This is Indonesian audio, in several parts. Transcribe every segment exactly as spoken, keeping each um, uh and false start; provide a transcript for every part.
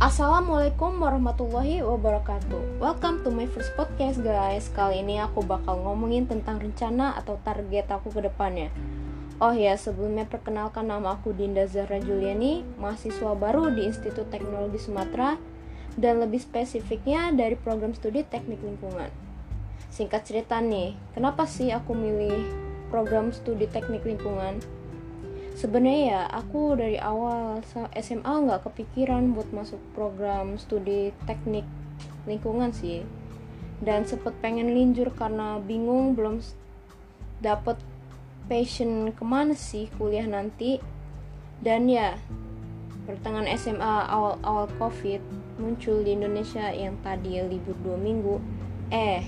Assalamualaikum warahmatullahi wabarakatuh. Welcome to my first podcast guys. Kali ini aku bakal ngomongin tentang rencana atau target aku ke depannya. Oh ya, sebelumnya perkenalkan, nama aku Dinda Zahra Juliani, mahasiswa baru di Institut Teknologi Sumatera, dan lebih spesifiknya dari program studi teknik lingkungan. Singkat cerita nih, kenapa sih aku milih program studi teknik lingkungan? Sebenarnya ya, aku dari awal S M A nggak kepikiran buat masuk program studi teknik lingkungan sih, dan sempet pengen linjur karena bingung belum dapet passion kemana sih kuliah nanti. Dan ya, pertengahan S M A awal-awal COVID muncul di Indonesia yang tadi libur dua minggu, eh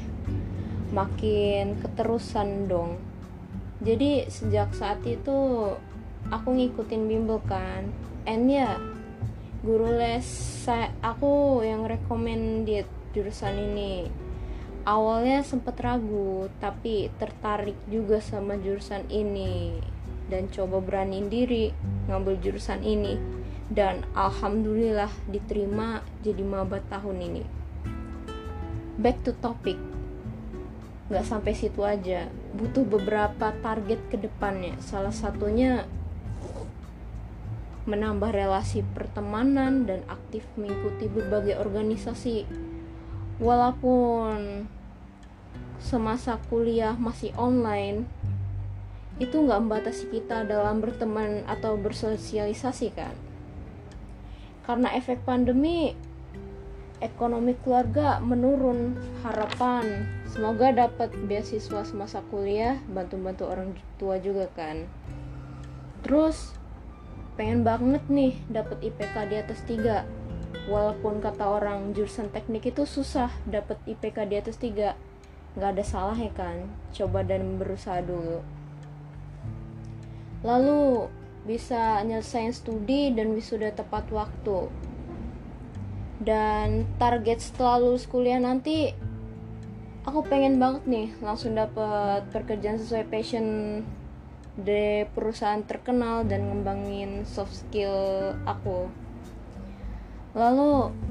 makin keterusan dong. Jadi sejak saat itu aku ngikutin bimbel kan, and ya guru les saya, aku yang recommended jurusan ini. Awalnya sempet ragu, tapi tertarik juga sama jurusan ini dan coba beraniin diri ngambil jurusan ini, dan alhamdulillah diterima jadi maba tahun ini. Back to topic, gak sampai situ aja, butuh beberapa target ke depannya. Salah satunya menambah relasi pertemanan dan aktif mengikuti berbagai organisasi. Walaupun semasa kuliah masih online, itu gak membatasi kita dalam berteman atau bersosialisasi kan. Karena efek pandemi, ekonomi keluarga menurun. Harapan semoga dapat beasiswa semasa kuliah, bantu-bantu orang tua juga kan. Terus pengen banget nih dapet I P K di atas tiga. Walaupun kata orang jurusan teknik itu susah dapet I P K di atas tiga, gak ada salah ya kan, coba dan berusaha dulu. Lalu bisa nyelesain studi dan wisuda tepat waktu. Dan target setelah lulus kuliah nanti, aku pengen banget nih langsung dapet pekerjaan sesuai passion di perusahaan terkenal dan ngembangin soft skill aku. Lalu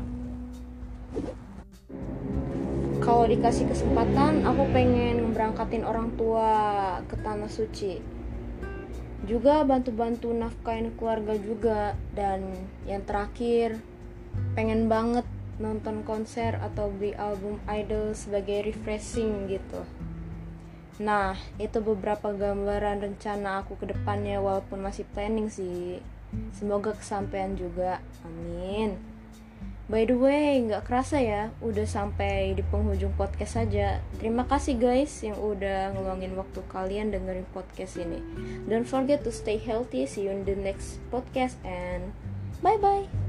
kalau dikasih kesempatan, aku pengen ngeberangkatin orang tua ke tanah suci, juga bantu-bantu nafkahin keluarga juga. Dan yang terakhir, pengen banget nonton konser atau beli album idol sebagai refreshing gitu. Nah, itu beberapa gambaran rencana aku ke depannya, walaupun masih planning sih. Semoga kesampaian juga, amin. By the way, gak kerasa ya, udah sampai di penghujung podcast aja. Terima kasih guys yang udah ngeluangin waktu kalian dengerin podcast ini. Don't forget to stay healthy, see you in the next podcast, and bye-bye.